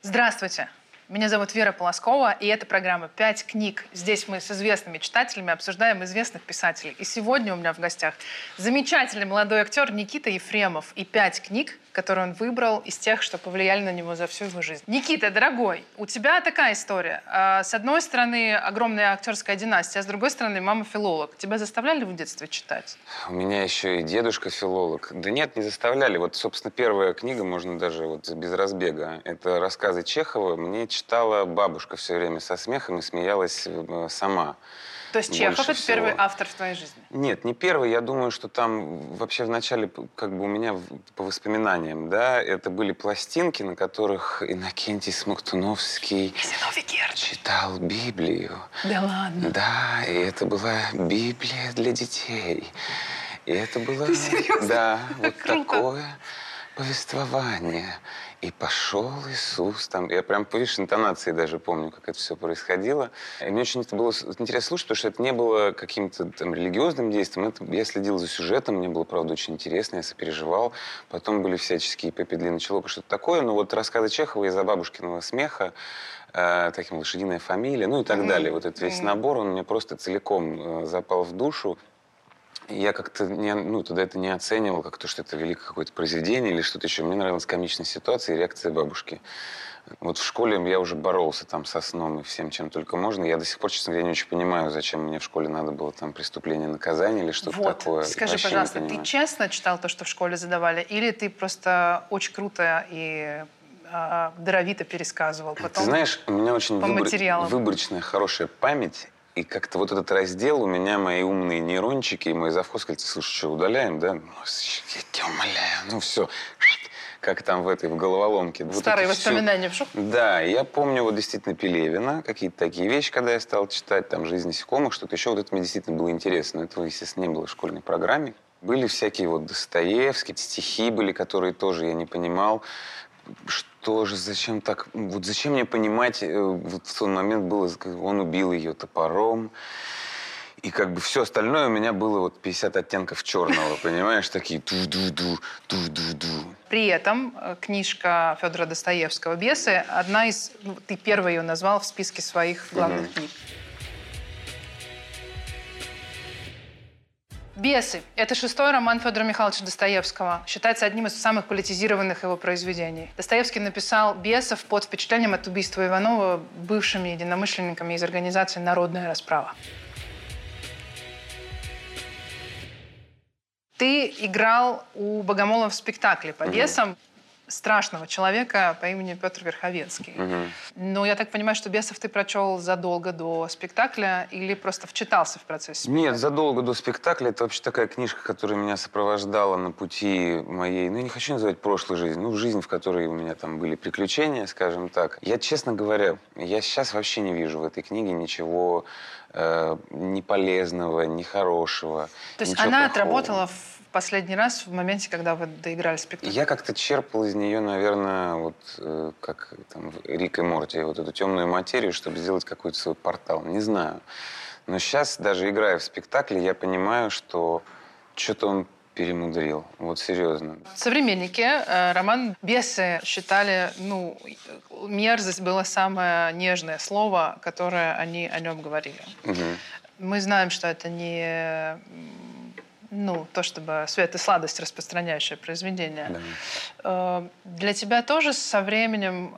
Здравствуйте. Меня зовут Вера Полоскова, и это программа «5 книг». Здесь мы с известными читателями обсуждаем известных писателей. И сегодня у меня в гостях замечательный молодой актер Никита Ефремов и 5 книг, которые он выбрал из тех, что повлияли на него за всю его жизнь. Никита, дорогой, у тебя такая история. С одной стороны, огромная актерская династия, а с другой стороны, мама филолог. Тебя заставляли в детстве читать? У меня еще и дедушка филолог. Да нет, не заставляли. Вот, собственно, первая книга, можно даже вот без разбега. Это рассказы Чехова. Мне читала бабушка все время со смехом и смеялась сама. То есть Чехов — это всего. первый автор в твоей жизни? Нет, не первый. Я думаю, что там вообще вначале, как бы у меня по воспоминаниям, да, это были пластинки, на которых Иннокентий Смоктуновский читал Библию. Да ладно? Да, и это была Библия для детей. И это было... Ты серьезно? Да, вот Круто. такое повествование. И пошел Иисус там. Я прям, видишь, интонации даже помню, как это все происходило. И мне очень это было интересно слушать, потому что это не было каким-то там религиозным действием. Я следил за сюжетом, мне было, правда, очень интересно, я сопереживал. Потом были всяческие Пеппи Длинночелок и что-то такое. Но вот рассказы Чехова из-за бабушкиного смеха, таким «Лошадиная фамилия», ну и так далее. Вот этот весь набор, он мне просто целиком запал в душу. Я как-то тогда это не оценивал, как то, что это великое какое-то произведение или что-то еще. Мне нравилась комичная ситуация и реакция бабушки. Вот в школе я уже боролся там со сном и всем, чем только можно. Я до сих пор, честно говоря, не очень понимаю, зачем мне в школе надо было там преступление, наказание или что-то Вот. такое. Скажи, Вообще пожалуйста, не ты понимаю. честно читал то, что в школе задавали, или ты просто очень круто и даровито пересказывал потом? Ты знаешь, у меня очень по материалам. выборочная, хорошая память. И как-то вот этот раздел у меня, мои умные нейрончики, и мой завхоз говорит: слушай, что, удаляем, да? Ну, я тебя умоляю, ну все. Как там в головоломке. Старые вот воспоминания в шок? Да, я помню вот действительно Пелевина, какие-то такие вещи, когда я стал читать, там «Жизнь насекомых», что-то еще. Вот это мне действительно было интересно. Но этого, естественно, не было в школьной программе. Были всякие вот Достоевские, стихи были, которые тоже я не понимал. Что же, зачем так? Вот зачем мне понимать, вот в тот момент было, он убил ее топором. И как бы все остальное у меня было вот 50 оттенков черного, понимаешь? Такие ду-ду-ду, ду-ду-ду. При этом книжка Федора Достоевского «Бесы» одна из... ты первый ее назвал в списке своих главных книг. «Бесы» — это 6-й роман Федора Михайловича Достоевского. Считается одним из самых политизированных его произведений. Достоевский написал «Бесов» под впечатлением от убийства Иванова бывшими единомышленниками из организации «Народная расправа». Ты играл у Богомолова в спектакле по «Бесам» страшного человека по имени Петр Верховенский. Но я так понимаю, что «Бесов» ты прочел задолго до спектакля или просто вчитался в процесс спектакля? Нет, задолго до спектакля. Это вообще такая книжка, которая меня сопровождала на пути моей, ну, я не хочу называть прошлой жизни, ну, жизнь, в которой у меня там были приключения, скажем так. Я, честно говоря, я сейчас вообще не вижу в этой книге ничего ни полезного, ни хорошего. То есть ничего она плохого. отработала в последний раз в моменте, когда вы доиграли спектакль? Я как-то черпал из нее, наверное, вот как там Рик и Морти, вот эту темную материю, чтобы сделать какой-то свой портал. Не знаю. Но сейчас, даже играя в спектакле, я понимаю, что что-то он перемудрил. Вот серьезно. Современники роман «Бесы» считали, мерзость было самое нежное слово, которое они о нем говорили. Мы знаем, что это не... то, чтобы свет и сладость распространяющее произведение. Да. Для тебя тоже со временем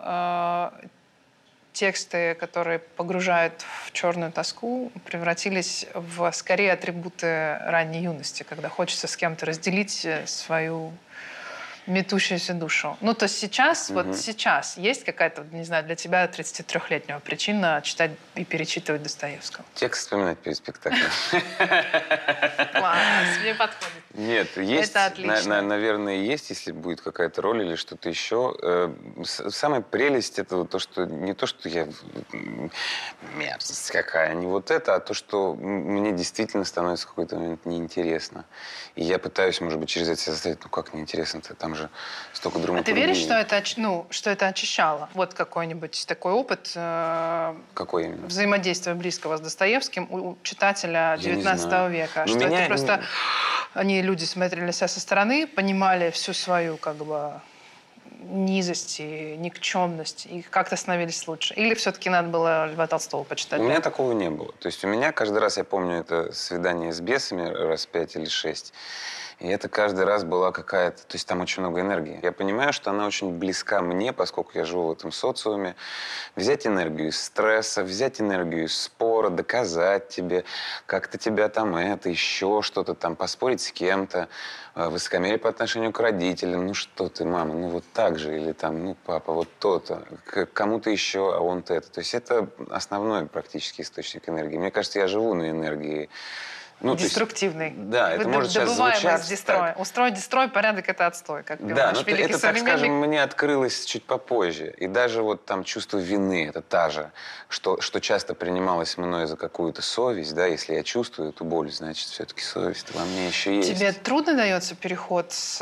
тексты, которые погружают в черную тоску, превратились в, скорее, атрибуты ранней юности, когда хочется с кем-то разделить свою метущуюся душу. То есть сейчас, вот сейчас есть какая-то, не знаю, для тебя 33-летнего причина читать и перечитывать Достоевского? Текст вспоминать перед спектаклем. Класс, мне подходит. Нет, есть, Это отлично. наверное, есть, если будет какая-то роль или что-то еще. Самая прелесть этого то, что не то, что я мерзость какая, не вот это, а то, что мне действительно становится в какой-то момент неинтересно. И я пытаюсь, может быть, через это себя заставить, как неинтересно-то, там же столько драматургии. А ты веришь, что это очищало? Вот какой-нибудь такой опыт Какой именно? взаимодействия близкого с Достоевским у читателя Я не 19 знаю. века. Ну, Что меня... это просто... Люди смотрели на себя со стороны, понимали всю свою, низость и никчемность, и как-то становились лучше? Или все-таки надо было Льва Толстого почитать? У меня такого не было. То есть у меня каждый раз, я помню, это свидание с бесами раз 5 или 6. И это каждый раз была какая-то... То есть там очень много энергии. Я понимаю, что она очень близка мне, поскольку я живу в этом социуме. Взять энергию из стресса, взять энергию из спора, доказать тебе, как-то тебя там это, еще что-то там, поспорить с кем-то, высокомерие по отношению к родителям. Ну что ты, мама, ну вот так же. Или там, ну папа, вот то-то. К кому-то еще, а он-то это. То есть это основной практически источник энергии. Мне кажется, я живу на энергии. Ну, деструктивный. Да, это может сейчас звучать дестроя. Устроить дестрой, порядок — это отстой, как пел да, наш но великий это, так современник. скажем, мне открылось чуть попозже. И даже вот там чувство вины, это та же, что часто принималось мной за какую-то совесть, да, если я чувствую эту боль, значит, все-таки совесть во мне еще есть. Тебе трудно дается переход с,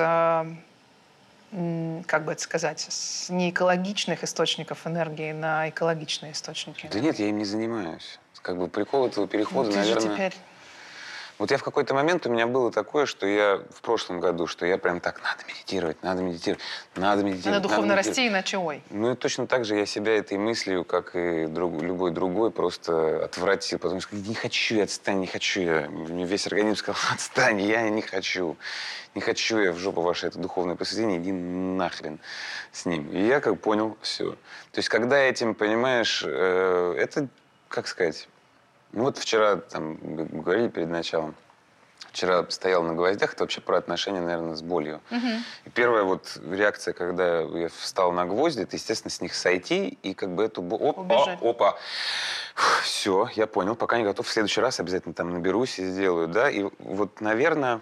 как бы это сказать, с неэкологичных источников энергии на экологичные источники? Да нет, я им не занимаюсь. Как бы прикол этого перехода, ты наверное... же теперь... Вот я в какой-то момент, у меня было такое, что я в прошлом году, что я прям так, надо медитировать, надо медитировать, надо медитировать. Надо духовно медитировать. расти, иначе ой. Ну и точно так же я себя этой мыслью, как и любой другой, просто отвратил. Потому что не хочу я, отстань, не хочу я. Мне весь организм сказал, отстань, я не хочу. Не хочу я в жопу ваше это духовное произведение, иди нахрен с ним. И я как понял, все. То есть когда этим, понимаешь, это, как сказать... Ну вот вчера, там, говорили перед началом, вчера стоял на гвоздях, это вообще про отношения, наверное, с болью. И первая вот реакция, когда я встал на гвозди, это, естественно, с них сойти и как бы эту... Опа! Все, я понял, пока не готов. В следующий раз обязательно там наберусь и сделаю, да. И вот, наверное,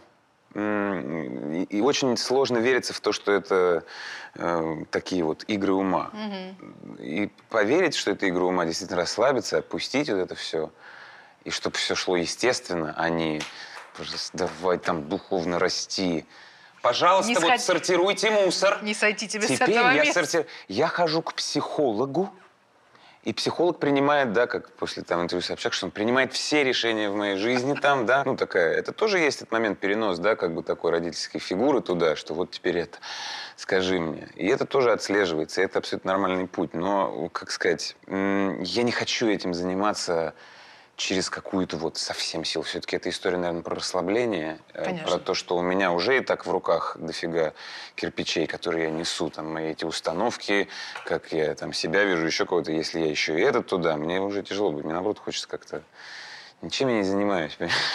и очень сложно вериться в то, что это такие вот игры ума. И поверить, что это игры ума, действительно расслабиться, отпустить вот это все. И чтобы все шло естественно, а не давай там духовно расти. Пожалуйста, вот сортируйте мусор. Не сойти тебе с Теперь этого места. Я хожу к психологу, и психолог принимает, да, как после там интервью с Собчак, что он принимает все решения в моей жизни там, да. Ну, такая, это тоже есть этот момент перенос, да, как бы такой родительской фигуры туда, что вот теперь это, скажи мне. И это тоже отслеживается, и это абсолютно нормальный путь. Но, как сказать, я не хочу этим заниматься через какую-то вот совсем силу. Все-таки эта история, наверное, про расслабление. Конечно. Про то, что у меня уже и так в руках дофига кирпичей, которые я несу. Там мои эти установки, как я там себя вижу, еще кого-то. Если я еще и это туда, мне уже тяжело будет. Мне, наоборот, хочется как-то... Ничем я не занимаюсь.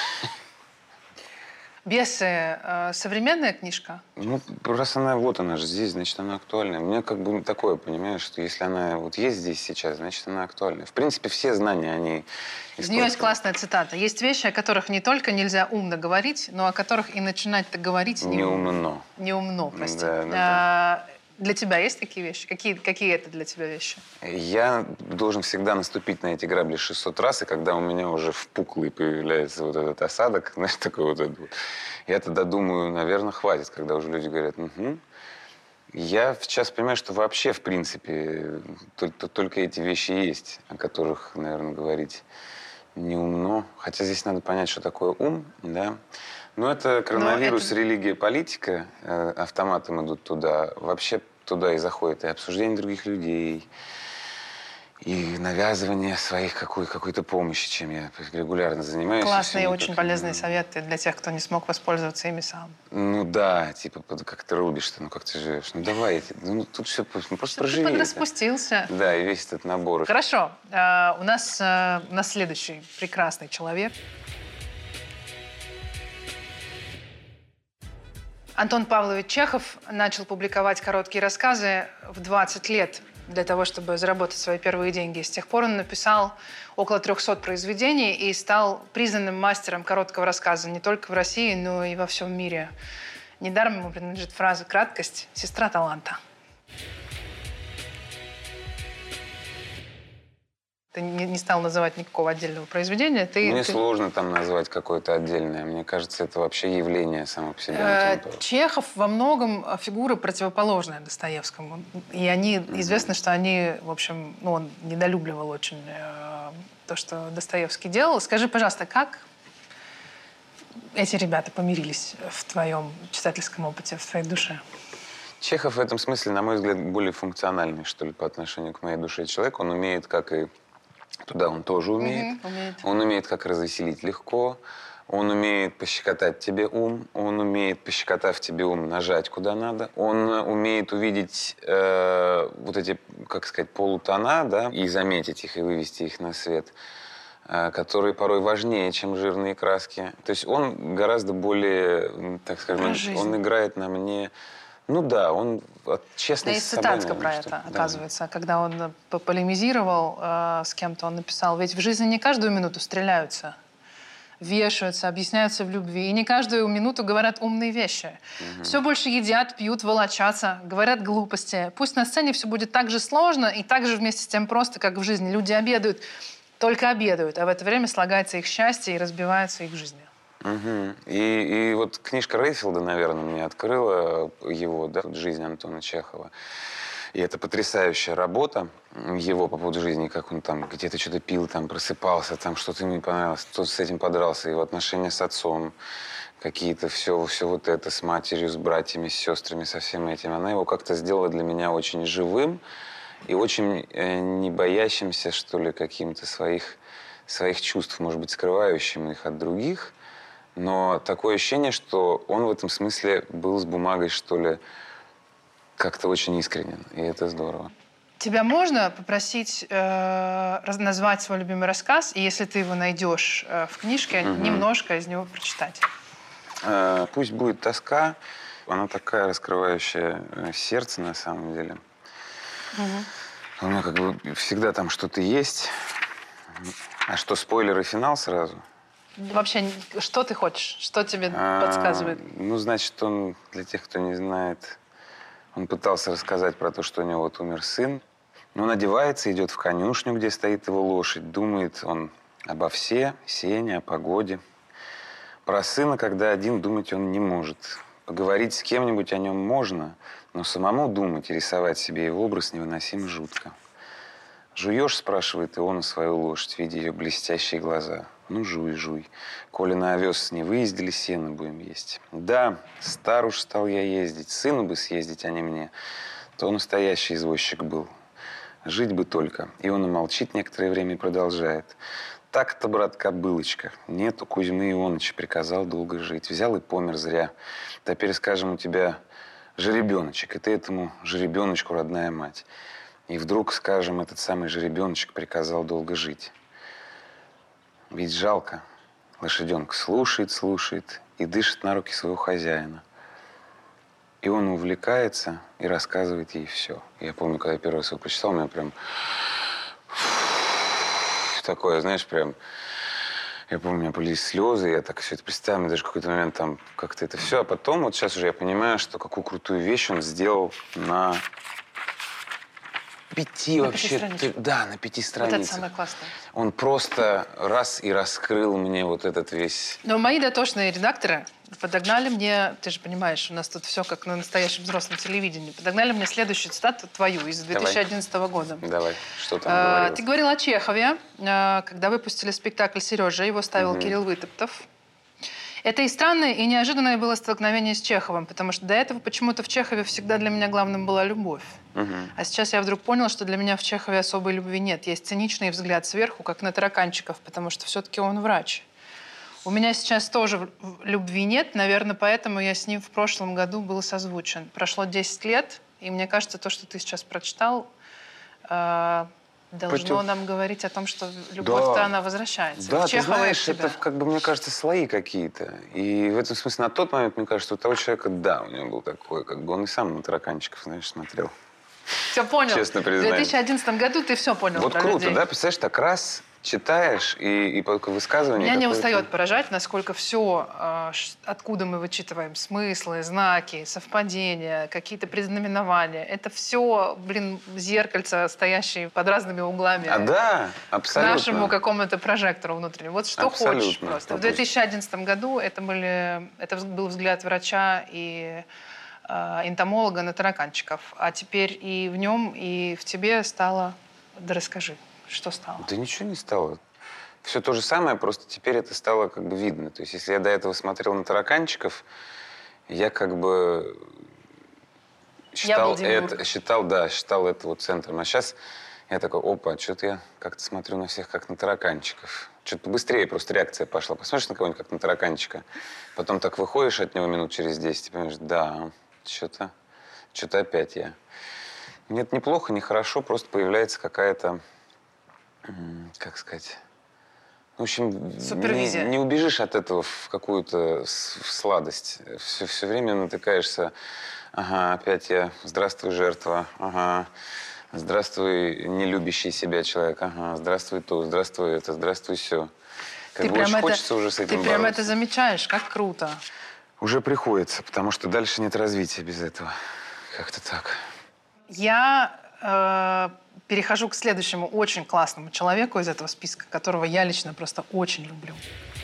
«Бесы» современная книжка? Ну, раз она, вот она же здесь, значит, она актуальна. У меня как бы такое, понимаешь, что если она вот есть здесь сейчас, значит, она актуальна. В принципе, все знания, они... Из нее есть классная цитата. Есть вещи, о которых не только нельзя умно говорить, но о которых и начинать-то говорить неумно. Неумно, прости. Да. Для тебя есть такие вещи? Какие это для тебя вещи? Я должен всегда наступить на эти грабли 600 раз, и когда у меня уже впуклый появляется вот этот осадок, знаешь, такой вот этот, я тогда думаю, наверное, хватит, когда уже люди говорят, угу. Я сейчас понимаю, что вообще, в принципе, только эти вещи есть, о которых, наверное, говорить неумно. Хотя здесь надо понять, что такое ум, да. Но это коронавирус, религия, политика автоматом идут туда. Вообще туда и заходит и обсуждение других людей, и навязывание своих какой-то помощи, чем я регулярно занимаюсь. Классные и очень полезные советы для тех, кто не смог воспользоваться ими сам. Ну да, типа, как ты рубишься, ну как ты живешь. Ну давай, ну тут все просто проживи. Ты подраспустился. Да, и весь этот набор. Хорошо. У нас следующий прекрасный человек. Антон Павлович Чехов начал публиковать короткие рассказы в 20 лет для того, чтобы заработать свои первые деньги. С тех пор он написал около 300 произведений и стал признанным мастером короткого рассказа не только в России, но и во всем мире. Недаром ему принадлежит фраза «Краткость – сестра таланта». Ты не стал называть никакого отдельного произведения. Мне сложно там назвать какое-то отдельное. Мне кажется, это вообще явление само по себе. Чехов во многом фигура противоположная Достоевскому. И известно, что они, в общем, он недолюбливал очень то, что Достоевский делал. Скажи, пожалуйста, как эти ребята помирились в твоем читательском опыте, в твоей душе? Чехов в этом смысле, на мой взгляд, более функциональный, что ли, по отношению к моей душе человек. Он умеет, как и туда он тоже умеет. Умеет. Он умеет, как развеселить легко. Он умеет пощекотать тебе ум. Он умеет, пощекотав тебе ум, нажать куда надо. Он умеет увидеть вот эти, как сказать, полутона, да, и заметить их, и вывести их на свет, которые порой важнее, чем жирные краски. То есть он гораздо более, так скажем, он играет на мне. Ну да, он честно есть цитатка про это, оказывается. Когда он полемизировал с кем-то, он написал: ведь в жизни не каждую минуту стреляются, вешаются, объясняются в любви. И не каждую минуту говорят умные вещи. Все больше едят, пьют, волочатся, говорят глупости. Пусть на сцене все будет так же сложно и так же вместе с тем просто, как в жизни. Люди обедают, только обедают, а в это время слагается их счастье и разбивается их жизнь. И вот книжка Рейфилда, наверное, мне открыла его, да, «Жизнь Антона Чехова». И это потрясающая работа его по поводу жизни, как он там где-то что-то пил, там просыпался, там что-то ему не понравилось, кто-то с этим подрался, его отношения с отцом, какие-то все вот это, с матерью, с братьями, с сестрами, со всем этим. Она его как-то сделала для меня очень живым и очень не боящимся, что ли, каким-то своих чувств, может быть, скрывающим их от других. Но такое ощущение, что он в этом смысле был с бумагой, что ли, как-то очень искренен. И это здорово. Тебя можно попросить назвать свой любимый рассказ, и если ты его найдешь в книжке, немножко из него прочитать? «Пусть будет тоска». Она такая раскрывающая сердце, на самом деле. У меня как бы всегда там что-то есть. А что, спойлер и финал сразу? Вообще, что ты хочешь? Что тебе подсказывает? Ну, значит, он, для тех, кто не знает, он пытался рассказать про то, что у него вот умер сын. Но он одевается, идет в конюшню, где стоит его лошадь. Думает он обо сене, о погоде. Про сына, когда один, думать он не может. Поговорить с кем-нибудь о нем можно, но самому думать и рисовать себе его образ невыносимо жутко. «Жуешь?» – спрашивает и он свою лошадь, видя ее блестящие глаза. «Ну, жуй, жуй. Коли на овес не выездили, сено будем есть». «Да, стар уж стал я ездить, сыну бы съездить, а не мне. То настоящий извозчик был. Жить бы только». И он умолчит некоторое время и продолжает. «Так-то, брат, кобылочка. Нет, у Кузьмы Ионыча приказал долго жить. Взял и помер зря. Теперь, скажем, у тебя жеребеночек, и ты этому жеребеночку родная мать. И вдруг, скажем, этот самый жеребеночек приказал долго жить. Ведь жалко. Лошаденка слушает и дышит на руки своего хозяина. И он увлекается и рассказывает ей все». Я помню, когда я первый раз его прочитал, у меня прям такое, знаешь, прям... Я помню, у меня были слезы, я так все это представил, мне даже в какой-то момент там как-то это все. А потом, вот сейчас уже я понимаю, что какую крутую вещь он сделал на 5 вообще... 5 страничках. Да, на 5 страницах. Вот это самое классное. Он просто раз и раскрыл мне вот этот весь... Но мои дотошные редакторы подогнали мне, ты же понимаешь, у нас тут все как на настоящем взрослом телевидении, подогнали мне следующую цитату твою из 2011 года. Давай, что там говорилось? Ты говорил о Чехове, когда выпустили спектакль «Сережа», его ставил Кирилл Вытоптов. Это и странное, и неожиданное было столкновение с Чеховым, потому что до этого почему-то в Чехове всегда для меня главным была любовь. А сейчас я вдруг понял, что для меня в Чехове особой любви нет. Есть циничный взгляд сверху, как на тараканчиков, потому что все-таки он врач. У меня сейчас тоже любви нет, наверное, поэтому я с ним в прошлом году был созвучен. Прошло 10 лет, и мне кажется, то, что ты сейчас прочитал, должно нам говорить о том, что любовь-то Да. она возвращается. Да, в ты Чехова знаешь, и в тебя. это как бы, мне кажется, слои какие-то. И в этом смысле на тот момент, мне кажется, у того человека, да, у него был такой, как бы он и сам на тараканчиков, знаешь, смотрел. Все понял. Честно В признаюсь. 2011 году ты все понял Вот про круто, людей. да? Представляешь, так раз читаешь, и высказывание Меня не какое-то. устает поражать, насколько все, откуда мы вычитываем смыслы, знаки, совпадения, какие-то предзнаменования, это все, зеркальца, стоящие под разными углами. Да, К абсолютно. нашему какому-то прожектору внутреннему. Вот что Абсолютно. хочешь просто. В 2011 году это был взгляд врача и энтомолога на тараканчиков. А теперь и в нем, и в тебе стало... Да расскажи, что стало? Да ничего не стало. Все то же самое, просто теперь это стало как бы видно. То есть если я до этого смотрел на тараканчиков, я как бы считал Яблденбург. считал это вот центром. А сейчас я такой, опа, что-то я как-то смотрю на всех как на тараканчиков. Что-то побыстрее просто реакция пошла. Посмотришь на кого-нибудь как на тараканчика, потом так выходишь от него минут через 10 и понимаешь, да, что-то опять я. Нет, неплохо, не хорошо, просто появляется какая-то, как сказать... В общем, Супервизия. не убежишь от этого в какую-то в сладость. Все время натыкаешься. Ага, опять я. Здравствуй, жертва. Ага. Здравствуй, нелюбящий себя человек. Ага. Здравствуй то, здравствуй это, здравствуй все. Как бы очень хочется уже с этим Ты прям бороться. это замечаешь, как круто. Уже приходится, потому что дальше нет развития без этого. Как-то так. Я перехожу к следующему очень классному человеку из этого списка, которого я лично просто очень люблю.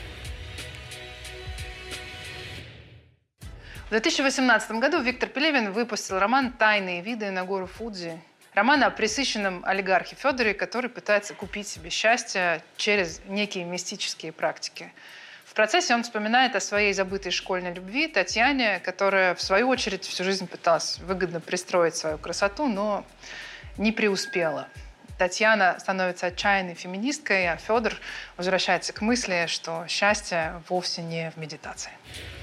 В 2018 году Виктор Пелевин выпустил роман «Тайные виды на гору Фудзи». Роман о пресыщенном олигархе Федоре, который пытается купить себе счастье через некие мистические практики. В процессе он вспоминает о своей забытой школьной любви Татьяне, которая, в свою очередь, всю жизнь пыталась выгодно пристроить свою красоту, но не преуспела. Татьяна становится отчаянной феминисткой, а Федор возвращается к мысли, что счастье вовсе не в медитации.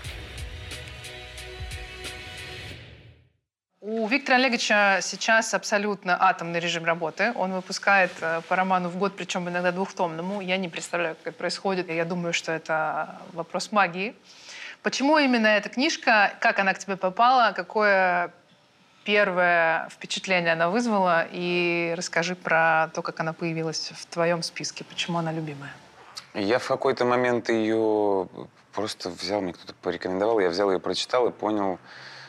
У Виктора Олеговича сейчас абсолютно атомный режим работы. Он выпускает по роману в год, причем иногда двухтомному. Я не представляю, как это происходит. Я думаю, что это вопрос магии. Почему именно эта книжка? Как она к тебе попала? Какое первое впечатление она вызвала? И расскажи про то, как она появилась в твоем списке. Почему она любимая? Я в какой-то момент ее просто взял, мне кто-то порекомендовал, я взял ее, прочитал и понял,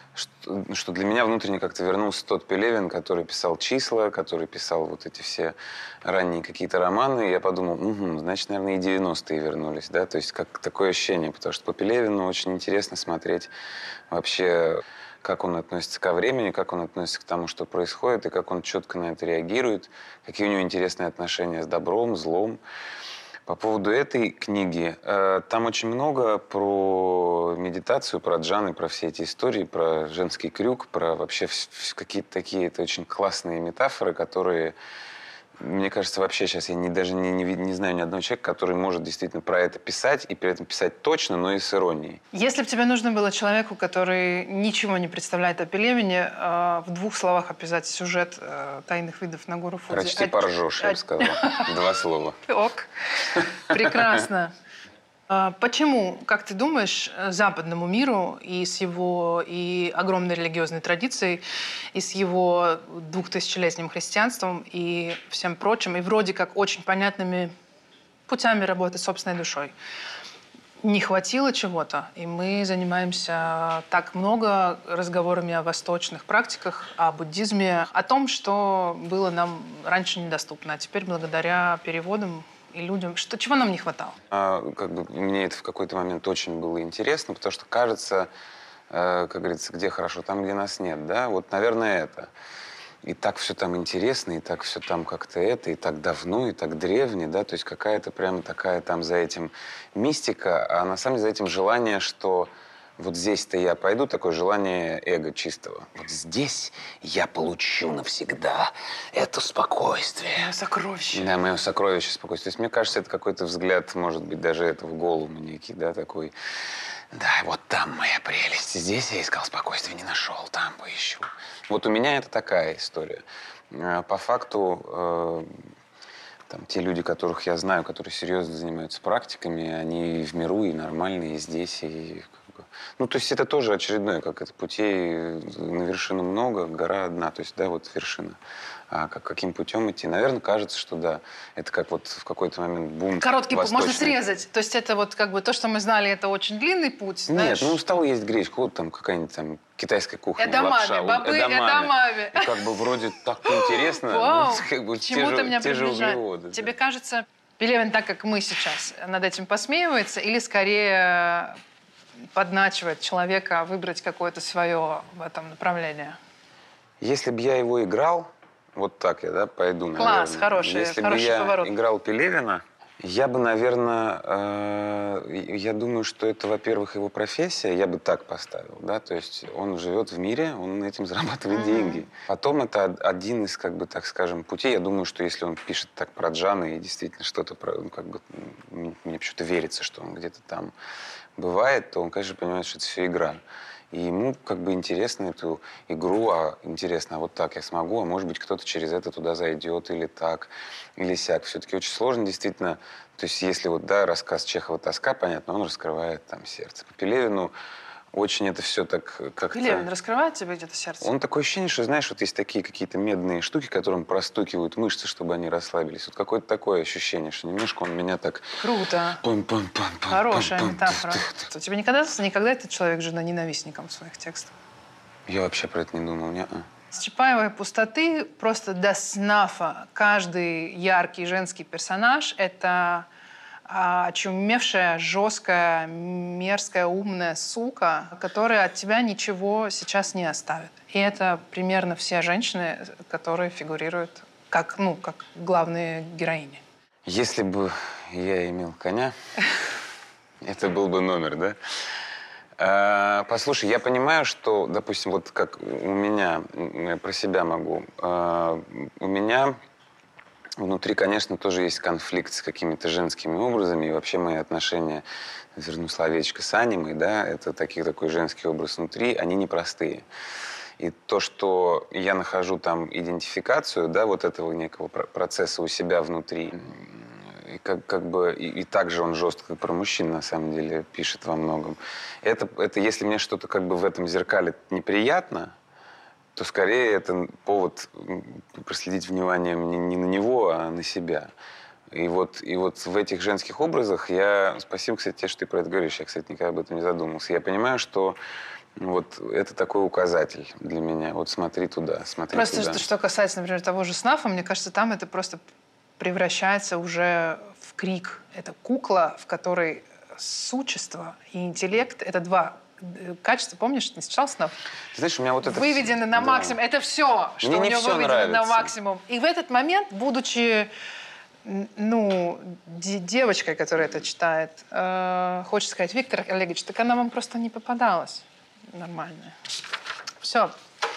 что для меня внутренне как-то вернулся тот Пелевин, который писал «Числа», который писал вот эти все ранние какие-то романы. И я подумал, значит, наверное, и 90-е вернулись, да, то есть как такое ощущение, потому что по Пелевину очень интересно смотреть вообще, как он относится ко времени, как он относится к тому, что происходит, и как он четко на это реагирует, какие у него интересные отношения с добром, злом. По поводу этой книги, там очень много про медитацию, про джаны, про все эти истории, про женский крюк, про вообще какие-то такие, это очень классные метафоры, которые, мне кажется, вообще сейчас я даже не знаю ни одного человека, который может действительно про это писать, и при этом писать точно, но и с иронией. Если бы тебе нужно было человеку, который ничего не представляет о Пелевине, в двух словах описать сюжет «Тайных видов на гору Фудзи». Прочти поржешь, я бы сказал. 2 слова. Ок. Прекрасно. Почему, как ты думаешь, западному миру и с его и огромной религиозной традицией, и с его 2000-летним христианством и всем прочим, и вроде как очень понятными путями работы с собственной душой, не хватило чего-то, и мы занимаемся так много разговорами о восточных практиках, о буддизме, о том, что было нам раньше недоступно, а теперь благодаря переводам и людям. Чего нам не хватало? Как бы мне это в какой-то момент очень было интересно, потому что кажется, как говорится, где хорошо, там, где нас нет, да? Вот, наверное, это. И так все там интересно, и так все там как-то это, и так давно, и так древне, да? То есть какая-то прям такая там за этим мистика, а на самом деле за этим желание, что вот здесь-то я пойду, такое желание эго чистого. Вот здесь я получу навсегда это спокойствие. Мое сокровище. Да, мое сокровище спокойствие. То есть мне кажется, это какой-то взгляд, может быть, даже это в голову некий, да, такой. Да, вот там моя прелесть. Здесь я искал спокойствие, не нашел, там поищу. Вот у меня это такая история. По факту, там, те люди, которых я знаю, которые серьезно занимаются практиками, они и в миру, и нормальные, и здесь, и... Ну, то есть это тоже очередное, как это, путей на вершину много, гора одна, то есть, да, вот вершина. А каким путем идти? Наверное, кажется, что да. Это как вот в какой-то момент бум Короткий путь можно восточный. срезать. То есть это вот как бы то, что мы знали, это очень длинный путь, Нет, знаешь? ну устал есть гречку, вот там какая-нибудь там китайская кухня, Эдамаме, лапша. бобы, эдамаме. И как бы вроде так интересно, Вау, ну, как бы к чему ты меня те же приближаешь? углеводы. Тебе кажется, Пелевин так, как мы сейчас, над этим посмеивается или скорее подначивает человека выбрать какое-то свое в этом направлении? Если бы я его играл, вот так я, да, пойду, наверное. Класс, хороший Если бы я поворот. играл Пелевина, Я бы, наверное, я думаю, что это, во-первых, его профессия, я бы так поставил, да, то есть он живет в мире, он этим зарабатывает деньги. Потом это один из, как бы, так скажем, путей. Я думаю, что если он пишет так про Джана и действительно что-то, ну, как бы, мне почему-то верится, что он где-то там бывает, то он, конечно, понимает, что это все игра. И ему как бы интересно эту игру, интересно, а вот так я смогу, а может быть кто-то через это туда зайдет, или так, или сяк. Все-таки очень сложно действительно, то есть если вот, да, рассказ Чехова «Тоска», понятно, он раскрывает там сердце. По Пелевину очень это все так как-то... Пелевин раскрывает тебе где-то сердце? Он такое ощущение, что, знаешь, вот есть такие какие-то медные штуки, которым простукивают мышцы, чтобы они расслабились. Вот какое-то такое ощущение, что немножко он меня так... Круто. Хорошая метафора. У тебя никогда этот человек жена ненавистником своих текстов? Я вообще про это не думал. С Чапаевой «Пустоты» просто до снафа каждый яркий женский персонаж – это очумевшая, жесткая, мерзкая, умная сука, которая от тебя ничего сейчас не оставит. И это примерно все женщины, которые фигурируют как главные героини. Если бы я имел коня, это был бы номер, да? Послушай, я понимаю, что, допустим, вот как у меня, я про себя могу, у меня внутри, конечно, тоже есть конфликт с какими-то женскими образами, и вообще мои отношения, верну словечко, с анимой, да, это такой женский образ внутри, они непростые. И то, что я нахожу там идентификацию, да, вот этого некого процесса у себя внутри, и и также он жестко про мужчин, на самом деле, пишет во многом. Это если мне что-то как бы в этом зеркале неприятно, то скорее это повод проследить вниманием не на него, а на себя. И вот в этих женских образах Спасибо, кстати, тебе, что ты про это говоришь. Я, кстати, никогда об этом не задумался. Я понимаю, что вот это такой указатель для меня. Вот смотри туда, смотри просто туда. Что касается, например, того же «Снафа», мне кажется, там это просто превращается уже в крик. Это кукла, в которой существо и интеллект — это два качества. Помнишь, ты не встречал «Снаф»? Ты знаешь, у меня вот это... Выведены на максимум. Это все, что Мне у не него все выведено нравится. на максимум. И в этот момент, будучи девочкой, которая это читает, хочет сказать: Виктор Олегович, так она вам просто не попадалась нормальная. Все.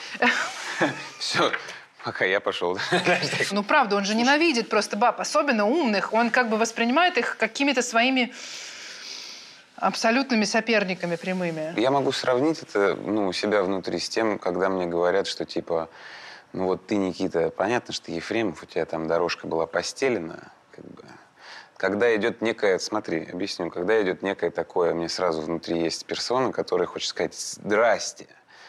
Все. Пока я пошел. Ну, правда, он же ненавидит просто баб, особенно умных. Он как бы воспринимает их какими-то своими абсолютными соперниками прямыми. Я могу сравнить это, у себя внутри с тем, когда мне говорят, что типа, вот ты, Никита, понятно, что ты Ефремов, у тебя там дорожка была постелена, как бы. Когда идет некое, смотри, объясню, когда идет некое такое, мне сразу внутри есть персона, которая хочет сказать: здрасте.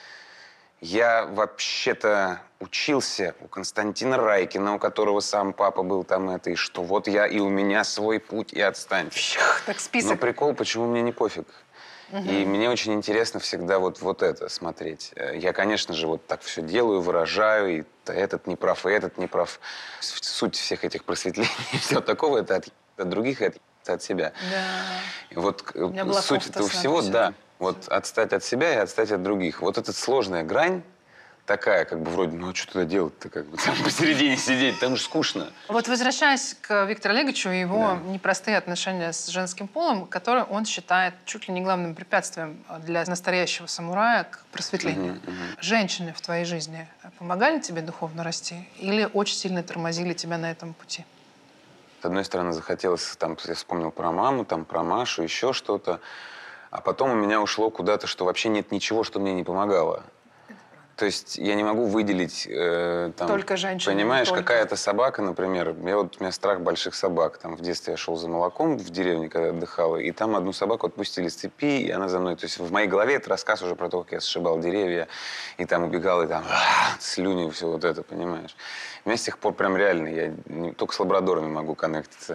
Я вообще-то учился у Константина Райкина, у которого сам папа был там и что вот и у меня свой путь, и отстаньте. Так список. Но прикол, почему мне не пофиг. И мне очень интересно всегда вот это смотреть. Я, конечно же, вот так все делаю, выражаю, и этот не прав, и этот не прав. Суть всех этих просветлений и всего такого — это от других, и от себя. Да. И вот суть этого всего, да. Вот отстать от себя и отстать от других. Вот эта сложная грань такая, как бы вроде, а что туда делать-то, как бы там посередине сидеть, там же скучно. Вот возвращаясь к Виктору Олеговичу и его непростые отношения с женским полом, которые он считает чуть ли не главным препятствием для настоящего самурая к просветлению. Женщины в твоей жизни помогали тебе духовно расти или очень сильно тормозили тебя на этом пути? С одной стороны, захотелось, я вспомнил про маму, про Машу, еще что-то. А потом у меня ушло куда-то, что вообще нет ничего, что мне не помогало. То есть я не могу выделить... только женщины. Понимаешь, только... какая-то собака, например. У меня страх больших собак. Там в детстве я шел за молоком в деревне, когда отдыхал, и там одну собаку отпустили с цепи, и она за мной... То есть в моей голове это рассказ уже про то, как я сшибал деревья, и там убегал, и там слюни, все вот это, понимаешь. У меня с тех пор прям реально, я только с лабрадорами могу коннектиться.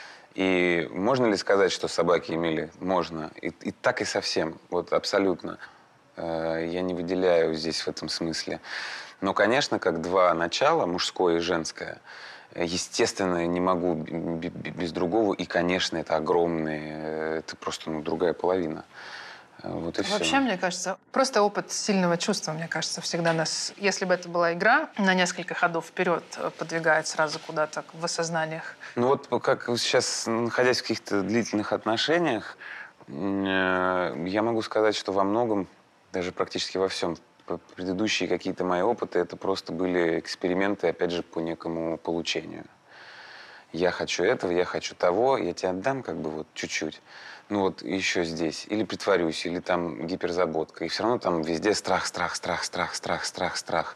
И можно ли сказать, что собаки имели? Можно. И так и совсем. Вот абсолютно. Я не выделяю здесь в этом смысле. Но, конечно, как два начала, мужское и женское, естественно, не могу без другого. И, конечно, это огромные, это просто другая половина. Вот и все. Вообще, мне кажется, просто опыт сильного чувства, мне кажется, всегда нас... Если бы это была игра, на несколько ходов вперед подвигает сразу куда-то в осознаниях. Ну вот как сейчас, находясь в каких-то длительных отношениях, я могу сказать, что во многом, даже практически во всем, предыдущие какие-то мои опыты, это просто были эксперименты, опять же, по некому получению. Я хочу этого, я хочу того, я тебе отдам как бы вот чуть-чуть. Ну вот еще здесь. Или притворюсь, или там гиперзаботка. И все равно там везде страх, страх, страх, страх, страх, страх, страх.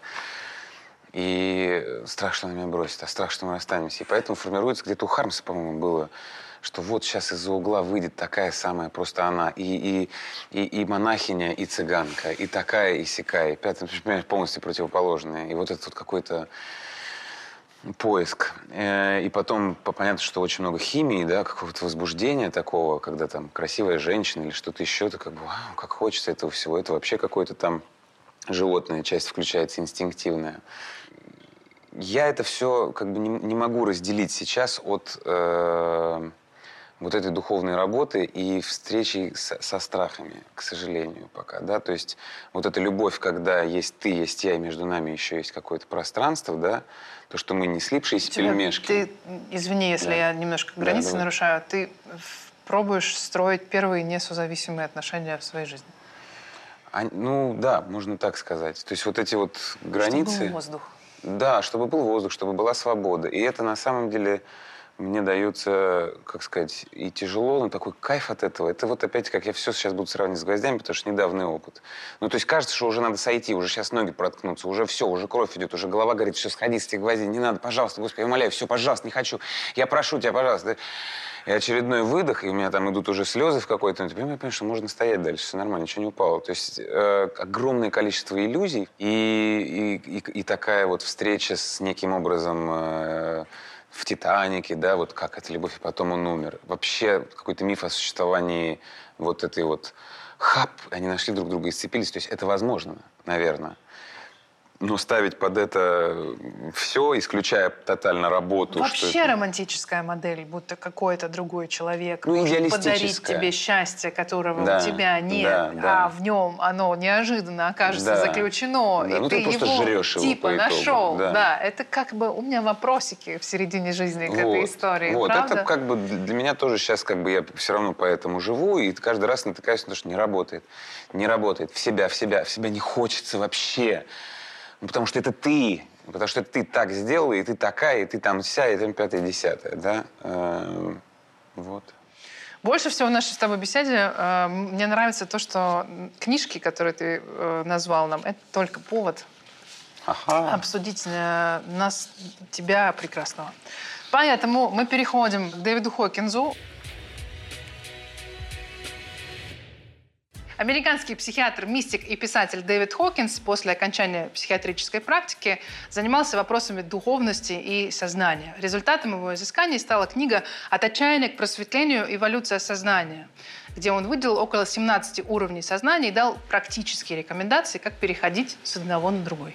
И страх, что она меня бросит, а страх, что мы расстанемся. И поэтому формируется, где-то у Хармса, по-моему, было, что вот сейчас из-за угла выйдет такая самая просто она. И монахиня, и цыганка, и такая, и сякая. И пятая, полностью противоположная. И вот этот вот какой-то поиск. И потом понятно, что очень много химии, да, какого-то возбуждения такого, когда там красивая женщина или что-то еще, то как бы, вау, как хочется этого всего. Это вообще какое-то там животная часть включается, инстинктивная. Я это все как бы не могу разделить сейчас от вот этой духовной работы и встречи со страхами, к сожалению, пока, да, то есть вот эта любовь, когда есть ты, есть я, и между нами еще есть какое-то пространство, да, то, что мы не слипшиеся пельмешки. Ты, извини, если я немножко границы нарушаю, ты пробуешь строить первые несозависимые отношения в своей жизни? Ну, да, можно так сказать. То есть вот эти вот границы... Чтобы был воздух. Да, чтобы был воздух, чтобы была свобода. И это на самом деле мне дается, как сказать, и тяжело, но такой кайф от этого. Это вот опять, как я все сейчас буду сравнивать с гвоздями, потому что недавний опыт. Ну, то есть кажется, что уже надо сойти, уже сейчас ноги проткнутся, уже все, уже кровь идет, уже голова говорит, все, сходи с этих гвоздей, не надо, пожалуйста, Господи, я умоляю, все, пожалуйста, не хочу. Я прошу тебя, пожалуйста. И очередной выдох, и у меня там идут уже слезы в какой-то, я понимаю, что можно стоять дальше, все нормально, ничего не упало. То есть огромное количество иллюзий и такая вот встреча с неким образом в «Титанике», да, вот как это любовь, и потом он умер. Вообще какой-то миф о существовании вот этой вот они нашли друг друга и сцепились. То есть это возможно, наверное. Но ставить под это все, исключая тотально работу. Вообще романтическая модель, будто какой-то другой человек может подарить тебе счастье, которого у тебя нет, а в нем оно неожиданно окажется заключено, и ты его типа нашел. Да, это как бы у меня вопросики в середине жизни к этой истории, вот, правда? это как бы для меня тоже сейчас как бы я все равно поэтому живу, и каждый раз натыкаюсь на то, что не работает. Не работает. В себя не хочется вообще. Ну, потому что это ты. Потому что ты так сделала, и ты такая, и ты там вся, и там пятое, десятое, да? Вот. Больше всего в нашей с тобой беседе мне нравится то, что книжки, которые ты назвал нам, это только повод обсудить тебя прекрасного. Поэтому мы переходим к Дэвиду Хокинзу. Американский психиатр, мистик и писатель Дэвид Хокинс после окончания психиатрической практики занимался вопросами духовности и сознания. Результатом его изысканий стала книга «От отчаяния к просветлению. Эволюция сознания», где он выделил около 17 уровней сознания и дал практические рекомендации, как переходить с одного на другой.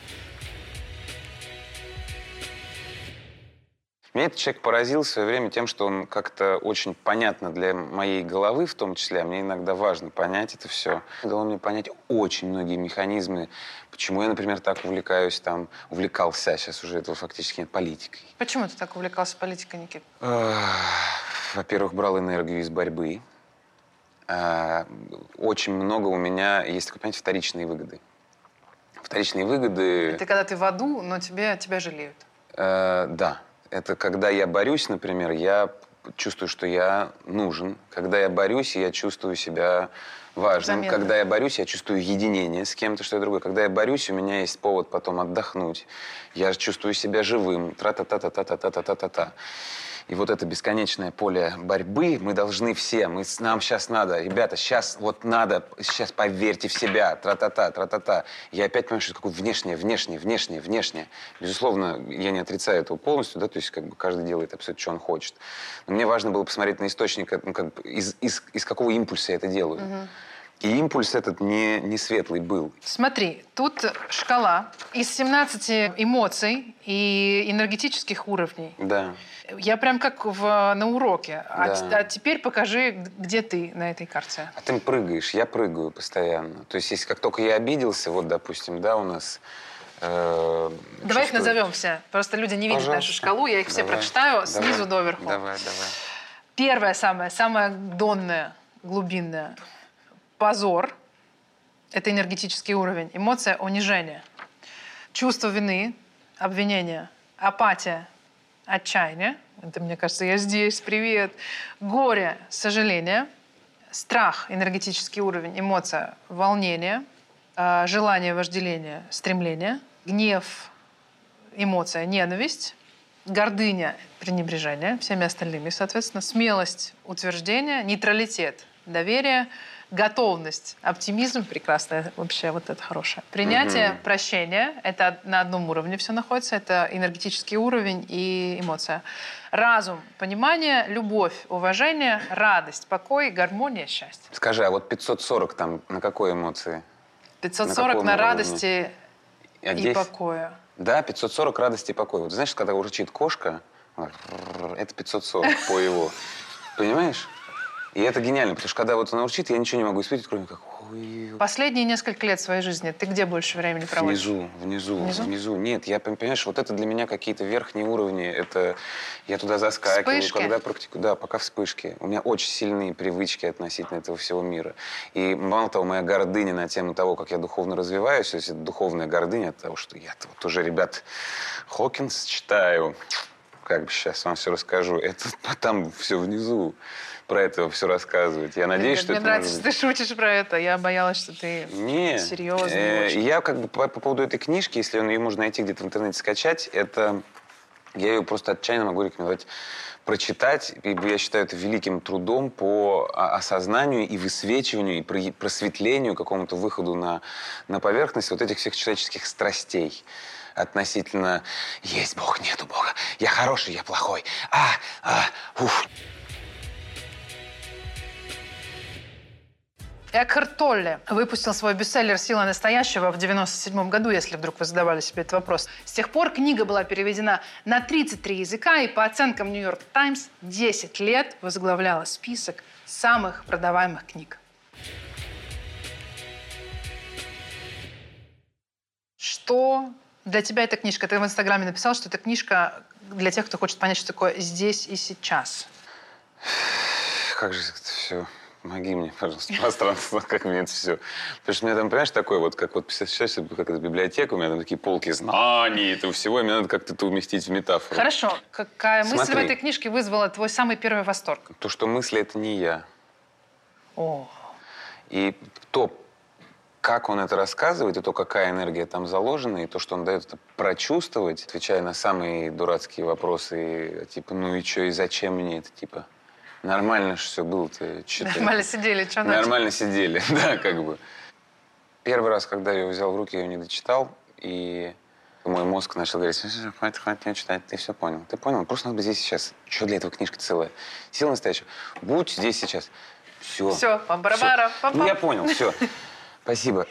Меня этот человек поразил в свое время тем, что он как-то очень понятно для моей головы, в том числе, а мне иногда важно понять это все. Дало мне понять очень многие механизмы, почему я, например, так увлекался, сейчас уже этого фактически нет, политикой. Почему ты так увлекался политикой, Никит? Во-первых, брал энергию из борьбы. Очень много у меня есть, такое понятие, вторичные выгоды. Вторичные выгоды... Это когда ты в аду, но тебя жалеют. Да. Это когда я борюсь, например, я чувствую, что я нужен. Когда я борюсь, я чувствую себя важным. Заметно. Когда я борюсь, я чувствую единение с кем-то, что я другое. Когда я борюсь, у меня есть повод потом отдохнуть. Я чувствую себя живым. Тра-та-та-та-та-та-та-та-та-та. И вот это бесконечное поле борьбы мы должны все. Нам сейчас надо, ребята, сейчас вот надо, сейчас поверьте в себя. Тра-та-та, тра-та-та. Я опять понимаю, что это такое внешнее. Безусловно, я не отрицаю этого полностью, да, то есть как бы каждый делает абсолютно, что он хочет. Но мне важно было посмотреть на источник, ну, как бы, из какого импульса я это делаю. И импульс этот не светлый был. Смотри, тут шкала из 17 эмоций и энергетических уровней. Да. Я прям как на уроке. Да. А теперь покажи, где ты на этой карте. А ты прыгаешь, я прыгаю постоянно. То есть, если как только я обиделся, вот, допустим, да, у нас... Давай их назовем все. Просто люди не видят нашу шкалу, я их все прочитаю снизу доверху. Давай. Первое самое донное, глубинное. Позор. Это энергетический уровень. Эмоция унижения. Чувство вины, обвинения. Апатия, отчаяние. Это, мне кажется, я здесь, привет. Горе, сожаление. Страх, энергетический уровень. Эмоция, волнение. Желание, вожделение, стремление. Гнев, эмоция, ненависть. Гордыня, пренебрежение всеми остальными, соответственно. Смелость, утверждение. Нейтралитет, доверие. Готовность, оптимизм, прекрасное вообще, вот это хорошее. Принятие, прощение, это на одном уровне все находится, это энергетический уровень и эмоция. Разум, понимание, любовь, уважение, радость, покой, гармония, счастье. Скажи, а вот 540 там на какой эмоции? 540 на радости и покое. Да, 540 радости и покоя. Вот знаешь, когда урчит кошка, это 540 по его. Понимаешь? И это гениально, потому что когда вот она урчит, я ничего не могу испытывать, кроме как... Ой. Последние несколько лет своей жизни ты где больше времени проводишь? Внизу. Нет, я, понимаешь, вот это для меня какие-то верхние уровни. Это я туда заскакиваю, вспышки. Когда практикую. Да, пока вспышки. У меня очень сильные привычки относительно этого всего мира. И мало того, моя гордыня на тему того, как я духовно развиваюсь, то есть это духовная гордыня от того, что я вот уже, ребят, Хокинс читаю. Как бы сейчас вам все расскажу. Это там все внизу. Про это все рассказывать. Я надеюсь, что мне это... нравится, что ты шутишь про это. Я боялась, что ты серьезный. Я как бы по поводу этой книжки, если ее можно найти где-то в интернете скачать, это... Я ее просто отчаянно могу рекомендовать прочитать. Ибо я считаю это великим трудом по осознанию и высвечиванию, и просветлению, какому-то выходу на поверхность вот этих всех человеческих страстей. Относительно «есть Бог, нету Бога», «я хороший, я плохой», уф. Экхарт Толле выпустил свой бестселлер «Сила настоящего» в 1997 году, если вдруг вы задавали себе этот вопрос. С тех пор книга была переведена на 33 языка и, по оценкам «Нью-Йорк Таймс», 10 лет возглавляла список самых продаваемых книг. Что для тебя эта книжка? Ты в Инстаграме написал, что эта книжка для тех, кто хочет понять, что такое «здесь и сейчас». Как же это все... Помоги мне, пожалуйста, пространство, как мне это все. Потому что у меня там, понимаешь, такое вот, как вот сейчас, как это библиотека, у меня там такие полки знаний, этого всего, и мне надо как-то это уместить в метафору. Хорошо. Какая мысль Смотри. в этой книжке вызвала твой самый первый восторг? То, что мысли — это не я. О. И то, как он это рассказывает, и то, какая энергия там заложена, и то, что он дает это прочувствовать, отвечая на самые дурацкие вопросы, типа, ну и что, и зачем мне это, типа... Нормально же все было-то. Нормально сидели, что начали? Нормально сидели, да, как бы. Первый раз, когда я ее взял в руки, я ее не дочитал, и мой мозг начал говорить: хватит не читать, ты все понял. Ты понял? Просто надо быть здесь сейчас. Что для этого книжка целая? Сила настоящая. Будь здесь сейчас. Все. Все, пам-барабара, пам-пам. Ну, я понял, все. Спасибо.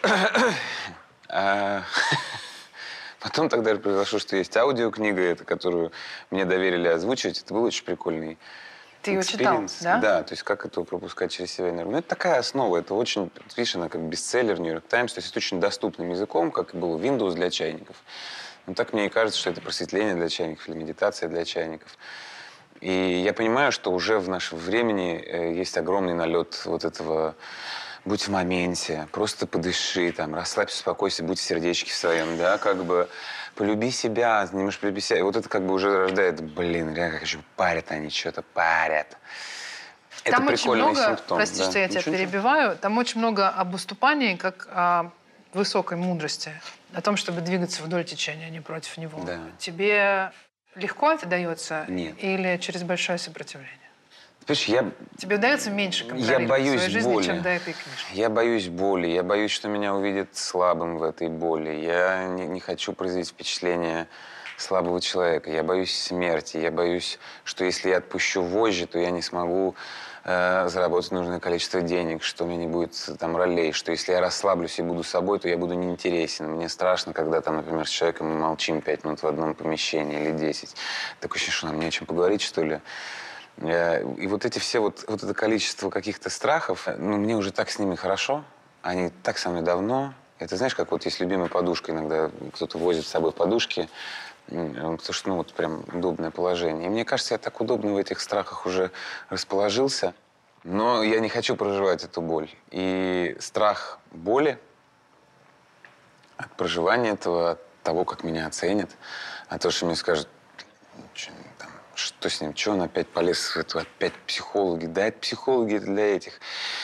Потом тогда произошло, что есть аудиокнига, это, которую мне доверили озвучивать. Это был очень прикольный. Ты ее читал, да? Да, то есть как это пропускать через себя энергию. Ну, это такая основа, это очень, видишь, она как бестселлер Нью-Йорк Таймс, то есть это очень доступным языком, как и был Windows для чайников. Но так мне и кажется, что это просветление для чайников или медитация для чайников. И я понимаю, что уже в нашем времени есть огромный налет вот этого «будь в моменте», просто подыши, там, расслабься, успокойся, будь в сердечке в своем, да, как бы полюби себя, не можешь полюбить себя. И вот это как бы уже рождает, блин, реально, как еще парят они, что-то парят. Это там очень много, симптом, прости, да. что я тебя перебиваю, там очень много об уступании, как о высокой мудрости, о том, чтобы двигаться вдоль течения, а не против него. Да. Тебе легко это дается? Нет. Или через большое сопротивление? Понимаешь, Тебе удается меньше контролировать своей жизни, боли. чем до этой книжки? Я боюсь боли, я боюсь, что меня увидят слабым в этой боли. Я не хочу произвести впечатление слабого человека, я боюсь смерти, я боюсь, что если я отпущу вожжи, то я не смогу заработать нужное количество денег, что у меня не будет там ролей, что если я расслаблюсь и буду собой, то я буду неинтересен. Мне страшно, когда там, например, с человеком мы молчим 5 минут в одном помещении или 10. Такое ощущение, что нам не о чем поговорить, что ли. И вот эти все, вот это количество каких-то страхов, ну, мне уже так с ними хорошо, они так со мной давно. Это знаешь, как вот есть любимая подушка, иногда кто-то возит с собой подушки, потому что, ну, вот прям удобное положение. И мне кажется, я так удобно в этих страхах уже расположился, но я не хочу проживать эту боль. И страх боли от проживания этого, от того, как меня оценят, от того, что мне скажут, что с ним, что он опять полез в эту, опять психологи, да, это психологи, это для этих.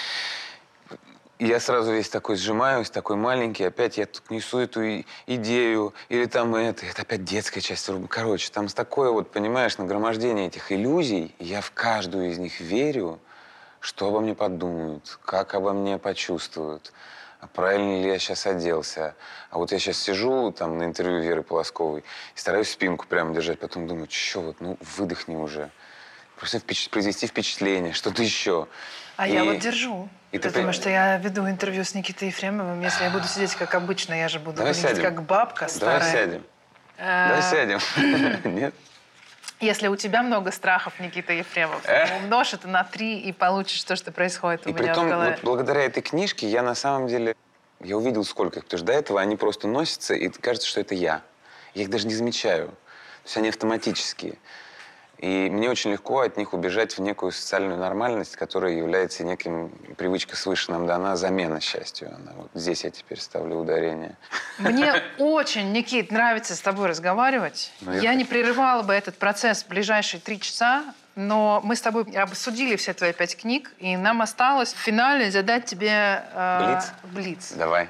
И я сразу весь такой сжимаюсь, такой маленький, опять я тут несу эту идею, или там это опять детская часть. Короче, там такое вот, понимаешь, нагромождение этих иллюзий, и я в каждую из них верю, что обо мне подумают, как обо мне почувствуют, а правильно ли я сейчас оделся. А вот я сейчас сижу там на интервью Веры Полосковой и стараюсь спинку прямо держать, потом думаю, что вот, ну выдохни уже. Просто произвести впечатление, что-то еще. А я вот держу. И потому что я веду интервью с Никитой Ефремовым. Если я буду сидеть как обычно, я же буду выглядеть как бабка старая. Давай сядем. Давай сядем. Нет? Если у тебя много страхов, Никита Ефремов, умножь это на 3 и получишь то, что происходит у меня в голове. Вот благодаря этой книжке я на самом деле, я увидел сколько их, потому что до этого они просто носятся, и кажется, что это я. Я их даже не замечаю. То есть они автоматические. И мне очень легко от них убежать в некую социальную нормальность, которая является неким привычкой свыше нам дана, замена счастью. Вот здесь я теперь ставлю ударение. Мне очень, Никит, нравится с тобой разговаривать. Я не прерывала бы этот процесс в ближайшие 3 часа, но мы с тобой обсудили все твои 5 книг, и нам осталось в финале задать тебе блиц. Давай.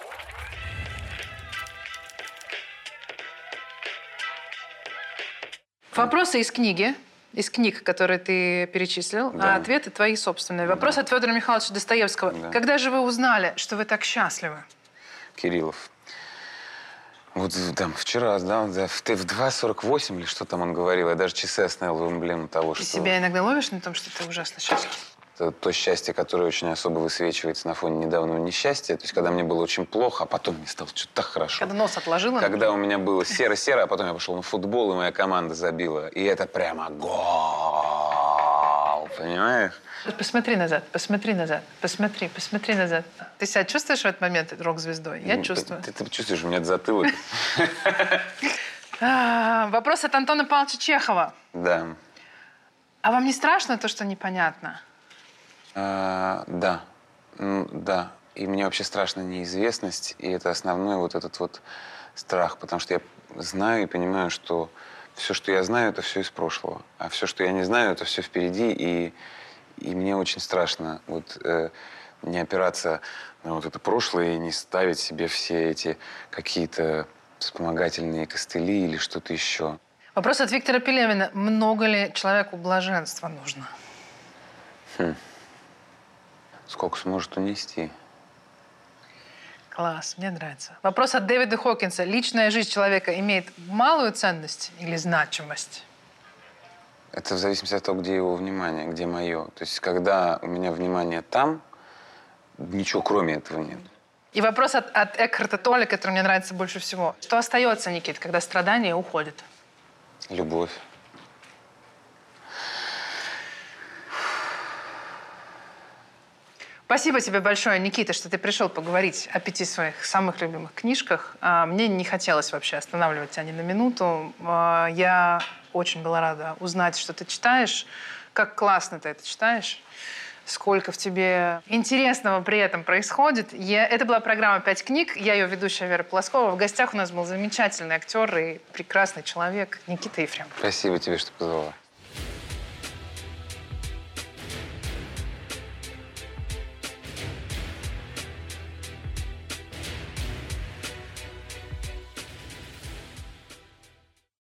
Вопросы из книг, которые ты перечислил, да. А ответы твои собственные. Вопрос от Федора Михайловича Достоевского. Да. Когда же вы узнали, что вы так счастливы? Кириллов. Вот там вчера, да, в 2:48 или что там он говорил, я даже часы остановил в эмблему того, ты что... Ты себя иногда ловишь на том, что ты ужасно счастлив? Это то счастье, которое очень особо высвечивается на фоне недавнего несчастья. То есть, когда мне было очень плохо, а потом мне стало что-то так хорошо. Когда нос отложила? Когда у меня было серо-серо, а потом я пошел на футбол, и моя команда забила. И это прямо гол. Понимаешь? Посмотри назад, посмотри назад, посмотри назад. Ты себя чувствуешь в этот момент рок-звездой? Я чувствую. Ты чувствуешь, у меня затылок. Вопрос от Антона Павловича Чехова. Да. А вам не страшно то, что непонятно? Да. Да. И мне вообще страшна неизвестность, и это основной вот этот вот страх, потому что я знаю и понимаю, что все, что я знаю, это все из прошлого, а все, что я не знаю, это все впереди, и мне очень страшно вот не опираться на вот это прошлое и не ставить себе все эти какие-то вспомогательные костыли или что-то еще. Вопрос от Виктора Пелевина. Много ли человеку блаженства нужно? Сколько сможет унести. Класс, мне нравится. Вопрос от Дэвида Хокинса. Личная жизнь человека имеет малую ценность или значимость? Это в зависимости от того, где его внимание, где мое. То есть, когда у меня внимание там, ничего кроме этого нет. И вопрос от Экхарта Толле, который мне нравится больше всего. Что остается, Никит, когда страдание уходит? Любовь. Спасибо тебе большое, Никита, что ты пришел поговорить о 5 своих самых любимых книжках. Мне не хотелось вообще останавливать тебя ни на минуту. Я очень была рада узнать, что ты читаешь, как классно ты это читаешь, сколько в тебе интересного при этом происходит. Это была программа «5 книг». Я ее ведущая Вера Полоскова. В гостях у нас был замечательный актер и прекрасный человек Никита Ефремов. Спасибо тебе, что позвала.